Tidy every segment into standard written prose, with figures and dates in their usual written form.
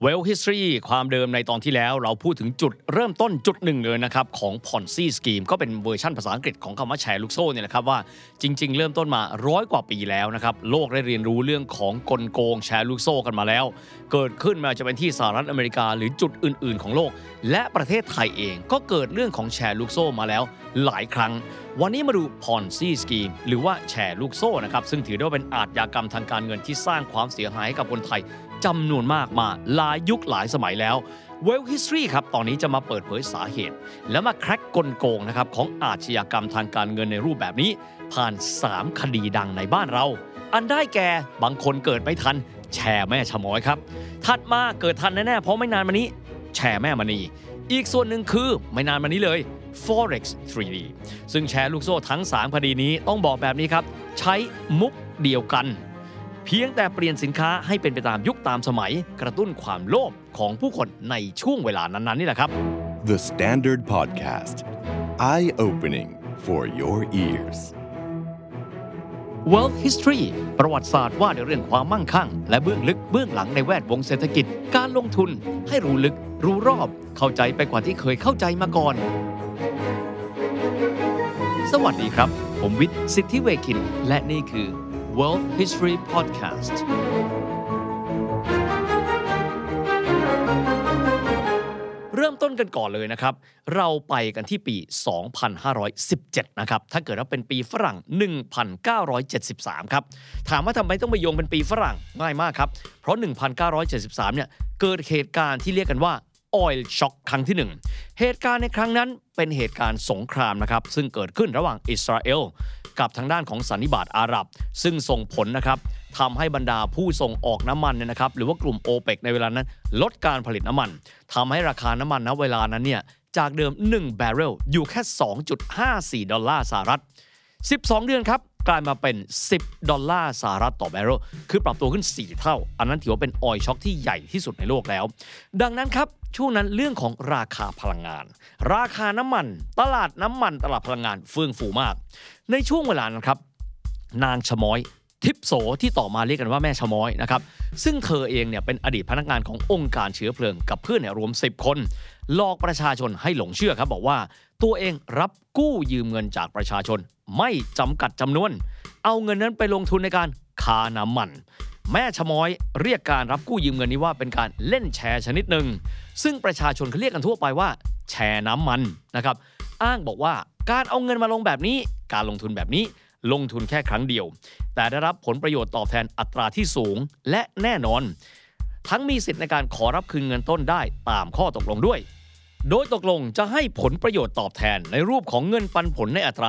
Well History ความเดิมในตอนที่แล้วเราพูดถึงจุดเริ่มต้นจุดหนึ่งเลยนะครับของ Ponzi Scheme ก็เป็นเวอร์ชั่นภาษาอังกฤษของคำว่าแชร์ลูกโซ่เนี่ยแหละครับว่าจริงๆเริ่มต้นมา100กว่าปีแล้วนะครับโลกได้เรียนรู้เรื่องของกลโกงแชร์ลูกโซ่กันมาแล้วเกิดขึ้นมาจะเป็นที่สหรัฐอเมริกาหรือจุดอื่นๆของโลกและประเทศไทยเองก็เกิดเรื่องของแชร์ลูกโซ่มาแล้วหลายครั้งวันนี้มาดู Ponzi Scheme หรือว่าแชร์ลูกโซ่นะครับซึ่งถือได้ว่าเป็นอาชญากรรมทางการเงินที่สร้างความเสียหายให้กับคนไทยจำนวนมากมาหลายยุคหลายสมัยแล้ว Well History ครับตอนนี้จะมาเปิดเผยสาเหตุและมาแคร็กกลโกงนะครับของอาชญากรรมทางการเงินในรูปแบบนี้ผ่าน3คดีดังในบ้านเราอันได้แก่บางคนเกิดไม่ทันแชร์แม่ชะม้อยครับถัดมาเกิดทันแน่ๆเพราะไม่นานมานี้แชร์แม่มณีอีกส่วนหนึ่งคือไม่นานมานี้เลย Forex 3D ซึ่งแชร์ลูกโซ่ทั้ง3คดีนี้ต้องบอกแบบนี้ครับใช้มุกเดียวกันเพียงแต่เปลี่ยนสินค้าให้เป็นไปตามยุคตามสมัยกระตุ้นความโลภของผู้คนในช่วงเวลานั้นๆนี่แหละครับ The Standard Podcast Eye-opening for your ears Wealth History ประวัติศาสตร์ว่าด้วยเรื่องความมั่งคั่งและเบื้องลึกเบื้องหลังในแวดวงเศรษฐกิจการลงทุนให้รู้ลึกรู้รอบเข้าใจไปกว่าที่เคยเข้าใจมาก่อนสวัสดีครับผมวิทย์สิทธิเวคินและนี่คือ Wealth History Podcastเริ่มต้นกันก่อนเลยนะครับเราไปกันที่ปี 2517 นะครับถ้าเกิดว่าเป็นปีฝรั่ง 1973 ครับถามว่าทำไมต้องไปโยงเป็นปีฝรั่งง่ายมากครับเพราะ 1973 เนี่ยเกิดเหตุการณ์ที่เรียกกันว่า Oil Shock ครั้งที่ 1เหตุการณ์ในครั้งนั้นเป็นเหตุการณ์สงครามนะครับซึ่งเกิดขึ้นระหว่างอิสราเอลกับทางด้านของสันนิบาตอาหรับซึ่งส่งผลนะครับทำให้บรรดาผู้ส่งออกน้ำมันเนี่ยนะครับหรือว่ากลุ่ม OPEC ในเวลานั้นลดการผลิตน้ำมันทำให้ราคาน้ำมันณเวลานั้นเนี่ยจากเดิม1 barrel อยู่แค่ 2.54 ดอลลาร์สหรัฐ12 เดือนครับกลายมาเป็น10 ดอลลาร์สหรัฐต่อ barrel คือปรับตัวขึ้น4เท่าอันนั้นถือว่าเป็น oil shock ที่ใหญ่ที่สุดในโลกแล้วดังนั้นครับช่วงนั้นเรื่องของราคาพลังงานราคาน้ำมันตลาดน้ำมันตลาดพลังงานเฟื่องฟูมากในช่วงเวลานั้นครับนางชะม้อยทิพโสที่ต่อมาเรียกกันว่าแม่ชะม้อยนะครับซึ่งเธอเองเนี่ยเป็นอดีตพนักงานขององค์การเชื้อเพลิงกับเพื่อนเนี่ยรวม10คนหลอกประชาชนให้หลงเชื่อครับบอกว่าตัวเองรับกู้ยืมเงินจากประชาชนไม่จำกัดจำนวนเอาเงินนั้นไปลงทุนในการค้าน้ำมันแม่ชะม้อยเรียกการรับกู้ยืมเงินนี้ว่าเป็นการเล่นแชร์ชนิดหนึ่งซึ่งประชาชนเขาเรียกกันทั่วไปว่าแชร์น้ำมันนะครับอ้างบอกว่าการเอาเงินมาลงแบบนี้การลงทุนแบบนี้ลงทุนแค่ครั้งเดียวแต่ได้รับผลประโยชน์ตอบแทนอัตราที่สูงและแน่นอนทั้งมีสิทธิ์ในการขอรับคืนเงินต้นได้ตามข้อตกลงด้วยโดยตกลงจะให้ผลประโยชน์ตอบแทนในรูปของเงินปันผลในอัตรา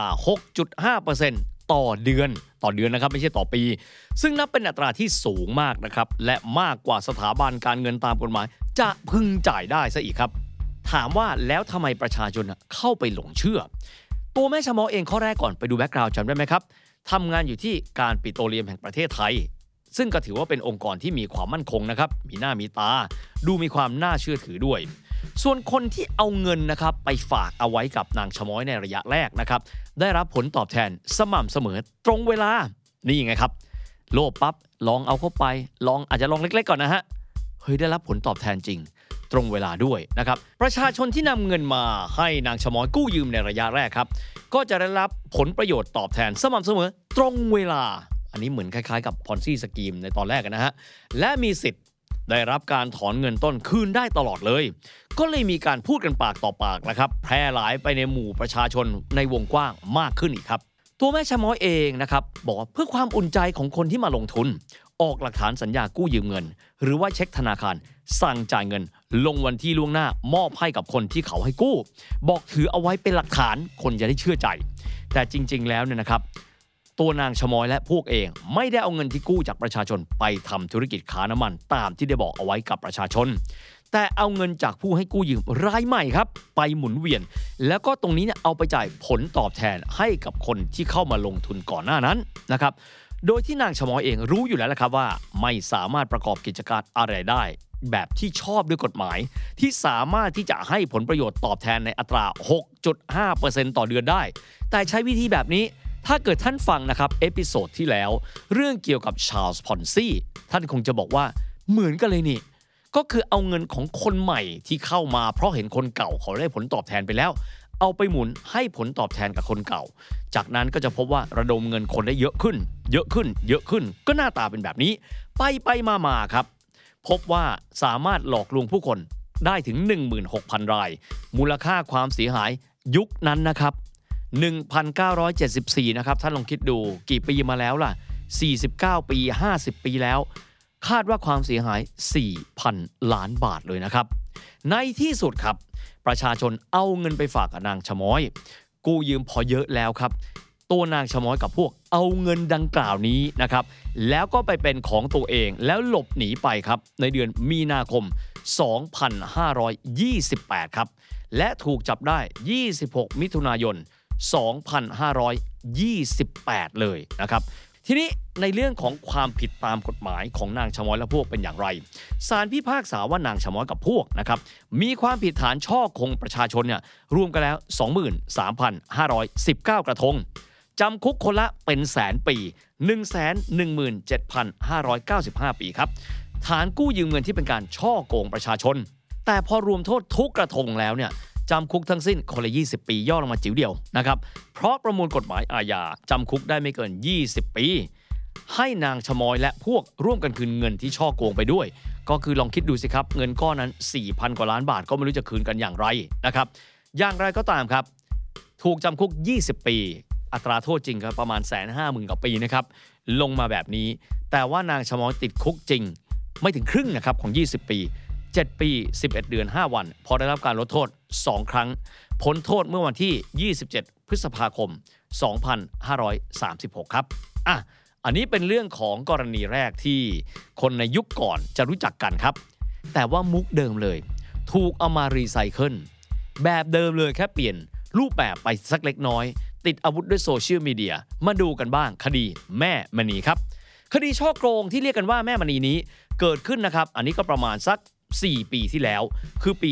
6.5% ต่อเดือนนะครับไม่ใช่ต่อปีซึ่งนับเป็นอัตราที่สูงมากนะครับและมากกว่าสถาบันการเงินตามกฎหมายจะพึงจ่ายได้ซะอีกครับถามว่าแล้วทำไมประชาชนเข้าไปหลงเชื่อตัวแม่ชะม้อยเองข้อแรกก่อนไปดูแบ็คกราวด์จำได้ไหมครับทำงานอยู่ที่การปิโตรเลียมแห่งประเทศไทยซึ่งก็ถือว่าเป็นองค์กรที่มีความมั่นคงนะครับมีหน้ามีตาดูมีความน่าเชื่อถือด้วยส่วนคนที่เอาเงินนะครับไปฝากเอาไว้กับนางชะม้อยในระยะแรกนะครับได้รับผลตอบแทนสม่ำเสมอตรงเวลานี่ไงครับโลภปั๊บลองเอาเข้าไปอาจจะลองเล็กๆก่อนนะฮะเฮ้ยได้รับผลตอบแทนจริงตรงเวลาด้วยนะครับประชาชนที่นำเงินมาให้นางชะม้อยกู้ยืมในระยะแรกครับก็จะได้รับผลประโยชน์ตอบแทนสม่ำเสมอตรงเวลาอันนี้เหมือนคล้ายๆกับ Ponzi Scheme ในตอนแรกนะฮะและมีสิทธิ์ได้รับการถอนเงินต้นคืนได้ตลอดเลยก็เลยมีการพูดกันปากต่อปากนะครับแพร่หลายไปในหมู่ประชาชนในวงกว้างมากขึ้นอีกครับตัวแม่ชะม้อยเองนะครับบอกว่าเพื่อความอุ่นใจของคนที่มาลงทุนออกหลักฐานสัญญากู้ยืมเงินหรือว่าเช็คธนาคารสั่งจ่ายเงินลงวันที่ล่วงหน้ามอบให้กับคนที่เขาให้กู้บอกถือเอาไว้เป็นหลักฐานคนจะได้เชื่อใจแต่จริงๆแล้วเนี่ยนะครับตัวนางชะม้อยและพวกเองไม่ได้เอาเงินที่กู้จากประชาชนไปทำธุรกิจค้าน้ำมันตามที่ได้บอกเอาไว้กับประชาชนแต่เอาเงินจากผู้ให้กู้ยืมรายใหม่ครับไปหมุนเวียนแล้วก็ตรงนี้เนี่ยเอาไปจ่ายผลตอบแทนให้กับคนที่เข้ามาลงทุนก่อนหน้านั้นนะครับโดยที่นางชะม้อยเองรู้อยู่แล้วละครับว่าไม่สามารถประกอบกิจการอะไรได้แบบที่ชอบด้วยกฎหมายที่สามารถที่จะให้ผลประโยชน์ตอบแทนในอัตรา 6.5% ต่อเดือนได้แต่ใช้วิธีแบบนี้ถ้าเกิดท่านฟังนะครับเอพิโซดที่แล้วเรื่องเกี่ยวกับชาร์ลส์พอนซี่ท่านคงจะบอกว่าเหมือนกันเลยนี่ก็คือเอาเงินของคนใหม่ที่เข้ามาเพราะเห็นคนเก่าเขาได้ผลตอบแทนไปแล้วเอาไปหมุนให้ผลตอบแทนกับคนเก่าจากนั้นก็จะพบว่าระดมเงินคนได้เยอะขึ้นก็หน้าตาเป็นแบบนี้ไปมาครับพบว่าสามารถหลอกลวงผู้คนได้ถึง 16,000 รายมูลค่าความเสียหายยุคนั้นนะครับ1974นะครับท่านลองคิดดูกี่ปีมาแล้วล่ะ49ปี50ปีแล้วคาดว่าความเสียหาย 4,000 ล้านบาทเลยนะครับในที่สุดครับประชาชนเอาเงินไปฝากกับนางชะม้อยกู้ยืมพอเยอะแล้วครับตัวนางชะม้อยกับพวกเอาเงินดังกล่าวนี้นะครับแล้วก็ไปเป็นของตัวเองแล้วหลบหนีไปครับในเดือนมีนาคม2528ครับและถูกจับได้26มิถุนายน2528เลยนะครับทีนี้ในเรื่องของความผิดตามกฎหมายของนางชะม้อยและพวกเป็นอย่างไรศาลพิพากษาว่านางชะม้อยกับพวกนะครับมีความผิดฐานฉ้อโกงประชาชนเนี่ยรวมกันแล้ว 23,519 กระทงจำคุกคนละเป็นแสนปี 117,595 ปีครับฐานกู้ยืมเงินที่เป็นการฉ้อโกงประชาชนแต่พอรวมโทษทุกกระทงแล้วเนี่ยจำคุกทั้งสิ้นคนละ20ปีย่อลงมาจิ๋วเดียวนะครับเพราะประมวลกฎหมายอาญาจำคุกได้ไม่เกิน20ปีให้นางชะม้อยและพวกร่วมกันคืนเงินที่ฉ้อโกงไปด้วยก็คือลองคิดดูสิครับเงินก้อนนั้น 4,000 กว่าล้านบาทก็ไม่รู้จะคืนกันอย่างไรนะครับอย่างไรก็ตามครับถูกจำคุก20ปีอัตราโทษจริงก็ประมาณ 150,000 กว่าปีนะครับลงมาแบบนี้แต่ว่านางชะม้อยติดคุกจริงไม่ถึงครึ่งนะครับของ20ปี7 ปี 11 เดือน 5 วันพอได้รับการลดโทษ2 ครั้งพ้นโทษเมื่อวันที่27 พฤษภาคม 2536 ครับอันนี้เป็นเรื่องของกรณีแรกที่คนในยุคก่อนจะรู้จักกันครับแต่ว่ามุกเดิมเลยถูกเอามารีไซเคิลแบบเดิมเลยแค่เปลี่ยนรูปแบบไปสักเล็กน้อยติดอาวุธด้วยโซเชียลมีเดียมาดูกันบ้างคดีแม่มณีครับคดีฉ้อโกงที่เรียกกันว่าแม่มณีนี้เกิดขึ้นนะครับอันนี้ก็ประมาณสัก4 ปีที่แล้วคือปี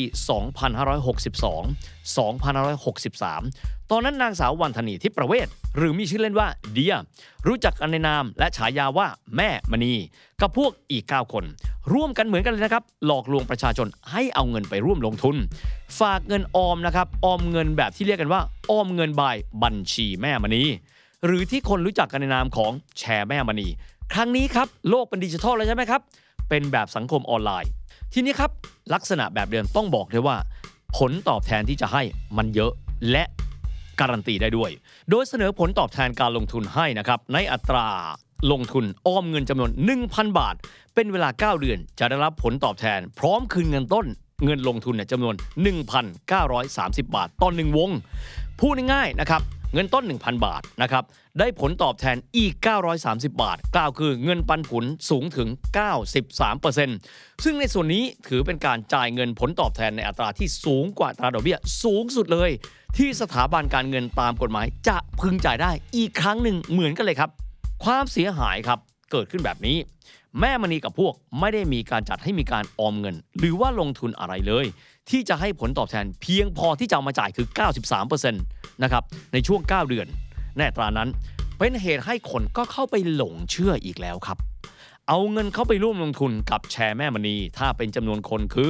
2563 ตอนนั้นนางสาววรรณธนีทิพย์ประเวศหรือมีชื่อเล่นว่าเดียรู้จักกันในนามและฉายาว่าแม่มณีกับพวกอีก9คนร่วมกันเหมือนกันเลยนะครับหลอกลวงประชาชนให้เอาเงินไปร่วมลงทุนฝากเงินออมนะครับออมเงินแบบที่เรียกกันว่าออมเงินบายบัญชีแม่มณีหรือที่คนรู้จักกันในนามของแชร์แม่มณีครั้งนี้ครับโลกเป็นดิจิทัลแล้วใช่ไหมครับเป็นแบบสังคมออนไลน์ทีนี้ครับลักษณะแบบเดิมต้องบอกเลยว่าผลตอบแทนที่จะให้มันเยอะและการันตีได้ด้วยโดยเสนอผลตอบแทนการลงทุนให้นะครับในอัตราลงทุนออมเงินจำนวน 1,000 บาทเป็นเวลา9 เดือนจะได้รับผลตอบแทนพร้อมคืนเงินต้นเงินลงทุนจำนวน 1,930 บาทต่อ1วงพูดง่ายๆนะครับเงินต้น 1,000 บาทนะครับได้ผลตอบแทนอีก930 บาทกล่าวคือเงินปันผลสูงถึง 93% ซึ่งในส่วนนี้ถือเป็นการจ่ายเงินผลตอบแทนในอัตราที่สูงกว่าอัตราดอกเบี้ยสูงสุดเลยที่สถาบันการเงินตามกฎหมายจะพึงจ่ายได้อีกครั้งหนึ่งเหมือนกันเลยครับความเสียหายครับเกิดขึ้นแบบนี้แม่มณีกับพวกไม่ได้มีการจัดให้มีการออมเงินหรือว่าลงทุนอะไรเลยที่จะให้ผลตอบแทนเพียงพอที่จะเอามาจ่ายคือ 93% นะครับในช่วง9 เดือนในอัตรานั้นเป็นเหตุให้คนก็เข้าไปหลงเชื่ออีกแล้วครับเอาเงินเข้าไปร่วมลงทุนกับแชร์แม่มณีถ้าเป็นจำนวนคนคือ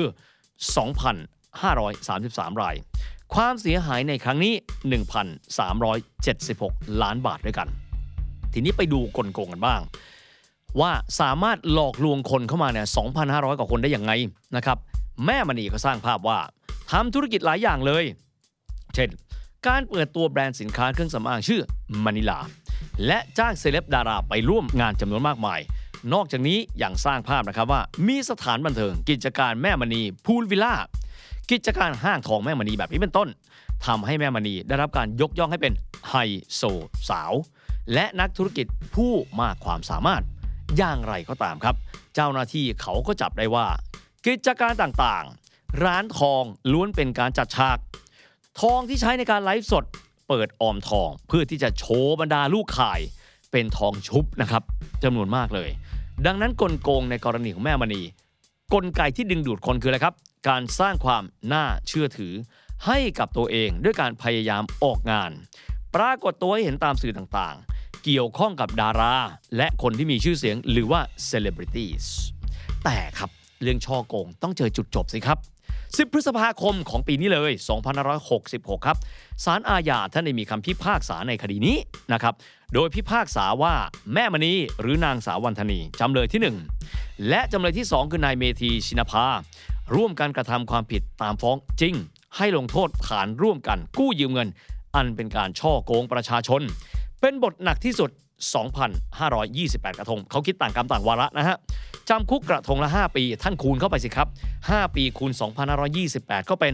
2,533 รายความเสียหายในครั้งนี้ 1,376 ล้านบาทด้วยกันทีนี้ไปดูกลโกงกันบ้างว่าสามารถหลอกลวงคนเข้ามาเนี่ย 2,500 กว่าคนได้อย่างไงนะครับแม่มณีก็สร้างภาพว่าทำธุรกิจหลายอย่างเลยเช่นการเปิดตัวแบรนด์สินค้าเครื่องสำอางชื่อมานิลาและจ้างเซเลบดาราไปร่วมงานจำนวนมากมายนอกจากนี้ยังสร้างภาพนะครับว่ามีสถานบันเทิงกิจการแม่มณีพูลวิลล่ากิจการห้างทองแม่มณีแบบนี้เป็นต้นทำให้แม่มณีได้รับการยกย่องให้เป็นไฮโซสาวและนักธุรกิจผู้มากความสามารถอย่างไรก็ตามครับเจ้าหน้าที่เขาก็จับได้ว่ากิจการต่างๆร้านทองล้วนเป็นการจัดฉากทองที่ใช้ในการไลฟ์สดเปิดออมทองเพื่อที่จะโชว์บรรดาลูกข่ายเป็นทองชุบนะครับจำนวนมากเลยดังนั้นกลโกงในกรณีของแม่มณีกลไกที่ดึงดูดคนคืออะไรครับการสร้างความน่าเชื่อถือให้กับตัวเองด้วยการพยายามออกงานปรากฏตัวให้เห็นตามสื่อต่างๆเกี่ยวข้องกับดาราและคนที่มีชื่อเสียงหรือว่า celebrities แต่ครับเรื่องช่อโกงต้องเจอจุดจบสิครับ10 พฤษภาคมของปีนี้เลย2566ครับศาลอาญาท่านได้มีคำพิพากษาในคดีนี้นะครับโดยพิพากษาว่าแม่มณีหรือนางสาววรรธนีจำเลยที่1และจำเลยที่2คือนายเมธีชินภาร่วมกันกระทำความผิดตามฟ้องจริงให้ลงโทษฐานร่วมกันกู้ยืมเงินอันเป็นการช่อโกงประชาชนเป็นบทหนักที่สุด 2,528 กระทงเขาคิดต่างกรรมต่างวาระนะฮะจำคุกกระทงละ5ปีท่านคูณเข้าไปสิครับ5ปีคูณ 2,528 ก็เป็น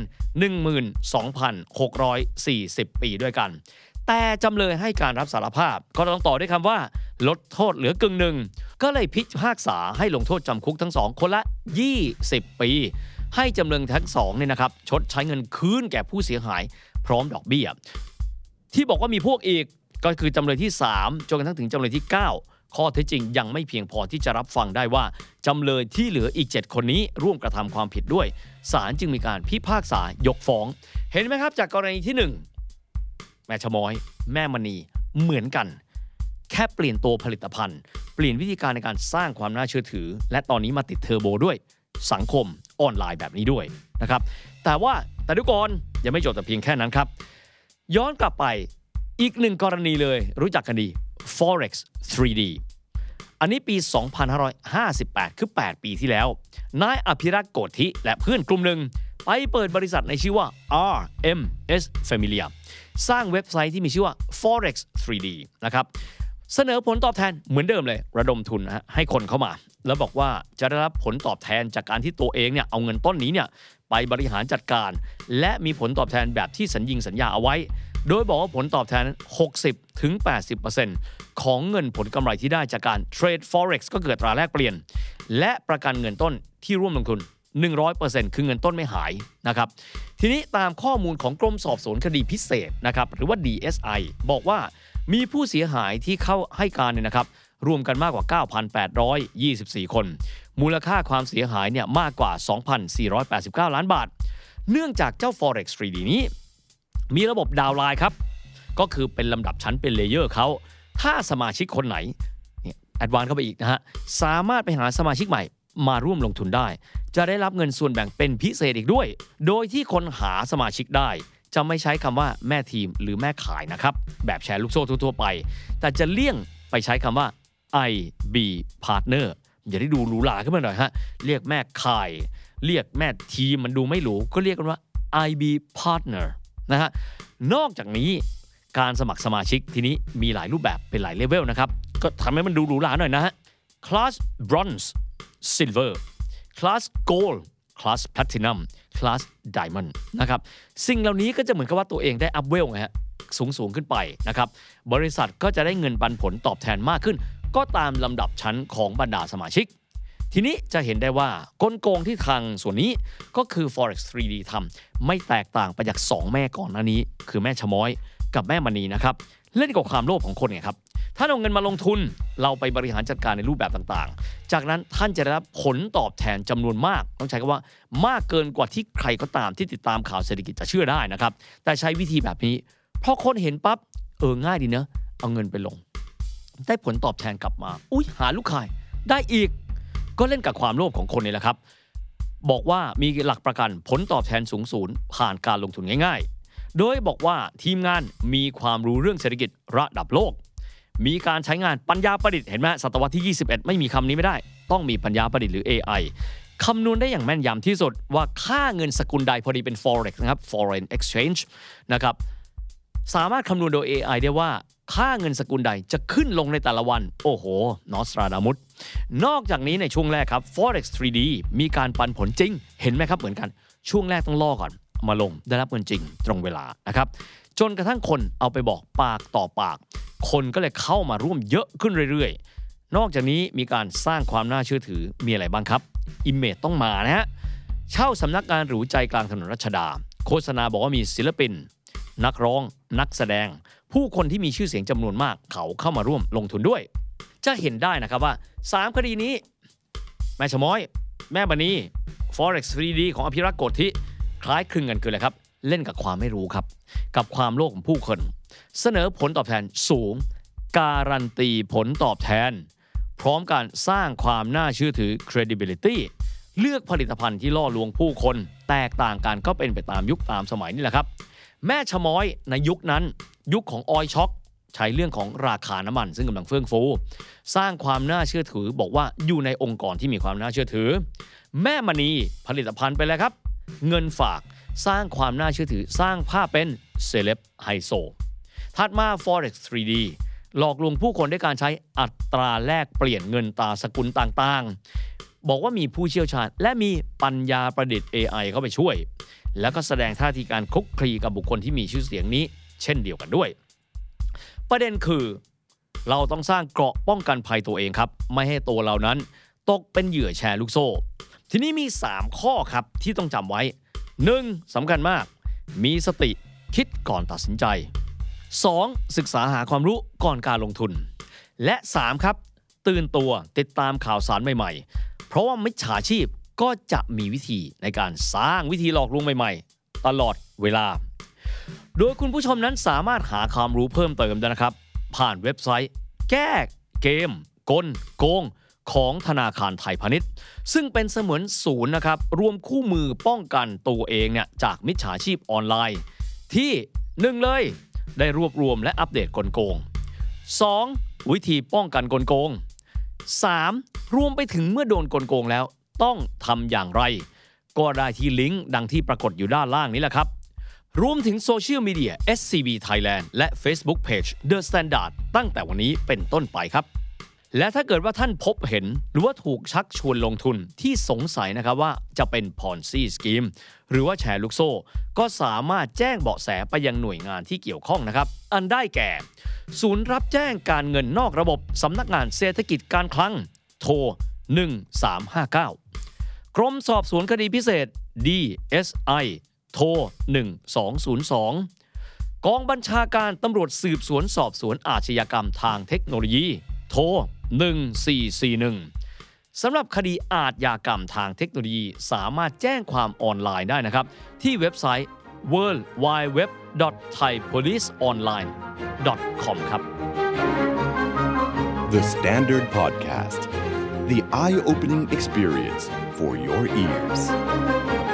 12,640 ปีด้วยกันแต่จำเลยให้การรับสารภาพก็ต้องต่อด้วยคำว่าลดโทษเหลือกึ่งหนึ่งก็เลยพิพากษาให้ลงโทษจำคุกทั้ง2คนละ20 ปีให้จำเลยทั้ง2เนี่ยนะครับชดใช้เงินคืนแก่ผู้เสียหายพร้อมดอกเบี้ยที่บอกว่ามีพวกอีกก็คือจำเลยที่3จนกระทั่งถึงจำเลยที่9ข้อเท็จจริงยังไม่เพียงพอที่จะรับฟังได้ว่าจำเลยที่เหลืออีก7คนนี้ร่วมกระทำความผิดด้วยศาลจึงมีการพิพากษายกฟ้องเห็นไหมครับจากกรณีที่1แม่ชะม้อยแม่มณีเหมือนกันแค่เปลี่ยนตัวผลิตภัณฑ์เปลี่ยนวิธีการในการสร้างความน่าเชื่อถือและตอนนี้มาติดเทอร์โบด้วยสังคมออนไลน์แบบนี้ด้วยนะครับแต่ทุกคนยังไม่จบแต่เพียงแค่นั้นครับย้อนกลับไปอีก1กรณีเลยรู้จักกันดี Forex 3D อันนี้ปี 2558 คือ 8 ปีที่แล้วนายอภิรักษ์โกธิและเพื่อนกลุ่มหนึ่งไปเปิดบริษัทในชื่อว่า RMS Familia สร้างเว็บไซต์ที่มีชื่อว่า Forex 3D นะครับเสนอผลตอบแทนเหมือนเดิมเลยระดมทุนให้คนเข้ามาแล้วบอกว่าจะได้รับผลตอบแทนจากการที่ตัวเองเนี่ยเอาเงินต้นนี้เนี่ยไปบริหารจัดการและมีผลตอบแทนแบบที่สัญญาเอาไว้โดยบอกว่าผลตอบแทน 60-80% ของเงินผลกำไรที่ได้จากการเทรด Forex ก็เกิดตราแลกเปลี่ยนและประกันเงินต้นที่ร่วมลงทุน 100% คือเงินต้นไม่หายนะครับทีนี้ตามข้อมูลของกรมสอบสวนคดีพิเศษนะครับหรือว่า DSI บอกว่ามีผู้เสียหายที่เข้าให้การเนี่ยนะครับรวมกันมากกว่า 9,824 คนมูลค่าความเสียหายเนี่ยมากกว่า 2,489 ล้านบาทเนื่องจากเจ้า Forex 3D นี้มีระบบดาวน์ไลน์ครับก็คือเป็นลำดับชั้นเป็นเลเยอร์เขาถ้าสมาชิกคนไหนเนี่ยแอดวานซ์เข้าไปอีกนะฮะสามารถไปหาสมาชิกใหม่มาร่วมลงทุนได้จะได้รับเงินส่วนแบ่งเป็นพิเศษอีกด้วยโดยที่คนหาสมาชิกได้จะไม่ใช้คำว่าแม่ทีมหรือแม่ขายนะครับแบบแชร์ลูกโซ่ทั่วๆไปแต่จะเลี่ยงไปใช้คำว่า IB Partner อย่าได้ดูหรูหราขึ้นมาหน่อยฮะเรียกแม่ขายเรียกแม่ทีมมันดูไม่หรูก็เรียกกันว่า IB Partnerนะฮะนอกจากนี้การสมัครสมาชิกทีนี้มีหลายรูปแบบเป็นหลายเลเวลนะครับก็ทำให้มันดูหรูหราหน่อยนะฮะ Class Bronze Silver Class Gold Class Platinum Class Diamond นะครับสิ่งเหล่านี้ก็จะเหมือนกับว่าตัวเองได้อัพเวลไงฮะสูงขึ้นไปนะครับบริษัทก็จะได้เงินปันผลตอบแทนมากขึ้นก็ตามลำดับชั้นของบรรดาสมาชิกทีนี้จะเห็นได้ว่ากลโกงที่ทางส่วนนี้ก็คือ Forex 3D ทำไม่แตกต่างไปจาก2แม่ก่อนหน้านี้คือแม่ชะม้อยกับแม่มณีนะครับเล่นกับความโลภของคนไงครับถ้าเอาเงินมาลงทุนเราไปบริหารจัดการในรูปแบบต่างๆจากนั้นท่านจะได้รับผลตอบแทนจำนวนมากต้องใช้คำว่ามากเกินกว่าที่ใครก็ตามที่ติดตามข่าวเศรษฐกิจจะเชื่อได้นะครับแต่ใช้วิธีแบบนี้เพราะคนเห็นปั๊บง่ายดีเนอะเอาเงินไปลงได้ผลตอบแทนกลับมาหาลูกค้าได้อีกก็เล่นกับความโลภของคนนี่แหละครับบอกว่ามีหลักประกันผลตอบแทนสูงสุดผ่านการลงทุนง่ายๆโดยบอกว่าทีมงานมีความรู้เรื่องเศรษฐกิจระดับโลกมีการใช้งานปัญญาประดิษฐ์เห็นไหมศตวรรษที่21ไม่มีคำนี้ไม่ได้ต้องมีปัญญาประดิษฐ์หรือ AI คำนวณได้อย่างแม่นยำที่สุดว่าค่าเงินสกุลใดพอดีเป็น Forex นะครับ Foreign Exchange นะครับสามารถคำนวณโดย AI ได้ว่าค่าเงินสกุลใดจะขึ้นลงในแต่ละวันโอ้โหนอสตราดามุสนอกจากนี้ในช่วงแรกครับ Forex 3D มีการปันผลจริงเห็นไหมครับเหมือนกันช่วงแรกต้องล่อก่อนมาลงได้รับเงินจริงตรงเวลานะครับจนกระทั่งคนเอาไปบอกปากต่อปากคนก็เลยเข้ามาร่วมเยอะขึ้นเรื่อยๆนอกจากนี้มีการสร้างความน่าเชื่อถือมีอะไรบ้างครับอิมเมจต้องมานะฮะเช่าสำนักงานหรูใจกลางถนนรัชดาโฆษณาบอกว่ามีศิลปินนักร้องนักแสดงผู้คนที่มีชื่อเสียงจำนวนมากเขาเข้ามาร่วมลงทุนด้วยจะเห็นได้นะครับว่า3คดีนี้แม่ชะม้อยแม่มณี Forex 3D ของอภิรักษ์โกธิคล้ายคลึงกันคืออะไรครับเล่นกับความไม่รู้ครับกับความโลภของผู้คนเสนอผลตอบแทนสูงการันตีผลตอบแทนพร้อมการสร้างความน่าเชื่อถือ credibility เลือกผลิตภัณฑ์ที่ล่อลวงผู้คนแตกต่างกันก็เป็นไปตามยุคตามสมัยนี่แหละครับแม่ชะม้อยในยุคนั้นยุคของออยล์ช็อคใช้เรื่องของราคาน้ำมันซึ่งกำลังเฟื่องฟูสร้างความน่าเชื่อถือบอกว่าอยู่ในองค์กรที่มีความน่าเชื่อถือแม่มณีผลิตภัณฑ์ไปแล้วครับเงินฝากสร้างความน่าเชื่อถือสร้างภาพเป็นเซเลบไฮโซถัดมา Forex 3D หลอกลวงผู้คนด้วยการใช้อัตราแลกเปลี่ยนเงินตราสกุลต่างๆบอกว่ามีผู้เชี่ยวชาญและมีปัญญาประดิษฐ์ AI เข้าไปช่วยแล้วก็แสดงท่าทีการคลุกคลีกับบุคคลที่มีชื่อเสียงนี้เช่นเดียวกันด้วยประเด็นคือเราต้องสร้างเกราะป้องกันภัยตัวเองครับไม่ให้ตัวเรานั้นตกเป็นเหยื่อแชร์ลูกโซ่ทีนี้มี3ข้อครับที่ต้องจำไว้ 1. สำคัญมากมีสติคิดก่อนตัดสินใจ 2. ศึกษาหาความรู้ก่อนการลงทุนและ 3. ครับตื่นตัวติดตามข่าวสารใหม่ๆเพราะว่ามิจฉาชีพก็จะมีวิธีในการสร้างวิธีหลอกลวงใหม่ๆตลอดเวลาโดยคุณผู้ชมนั้นสามารถหาความรู้เพิ่มเติมได้นะครับผ่านเว็บไซต์แก้เกมกลโกงของธนาคารไทยพาณิชย์ซึ่งเป็นเสมือนศูนย์นะครับรวมคู่มือป้องกันตัวเองเนี่ยจากมิจฉาชีพออนไลน์ที่1เลยได้รวบรวมและอัปเดตกลโกง 2. วิธีป้องกันกลโกง 3. รวมไปถึงเมื่อโดนกลโกงแล้วต้องทำอย่างไรก็ได้ที่ลิงก์ดังที่ปรากฏอยู่ด้านล่างนี้แหละครับรวมถึงโซเชียลมีเดีย SCB Thailand และ Facebook Page The Standard ตั้งแต่วันนี้เป็นต้นไปครับและถ้าเกิดว่าท่านพบเห็นหรือว่าถูกชักชวนลงทุนที่สงสัยนะครับว่าจะเป็น Ponzi Scheme หรือว่าแชร์ลูกโซ่ก็สามารถแจ้งเบาะแสไปยังหน่วยงานที่เกี่ยวข้องนะครับอันได้แก่ศูนย์รับแจ้งการเงินนอกระบบสำนักงานเศรษฐกิจการคลังโทร1359กรมสอบสวนคดีพิเศษ DSI โทร1202กองบัญชาการตำรวจสืบสวนสอบสวนอาชญากรรมทางเทคโนโลยีโทร1441สำหรับคดีอาชญากรรมทางเทคโนโลยีสามารถแจ้งความออนไลน์ได้นะครับที่เว็บไซต์ worldwideweb.thaipoliceonline.com ครับ The Standard Podcast The eye-opening experience for your ears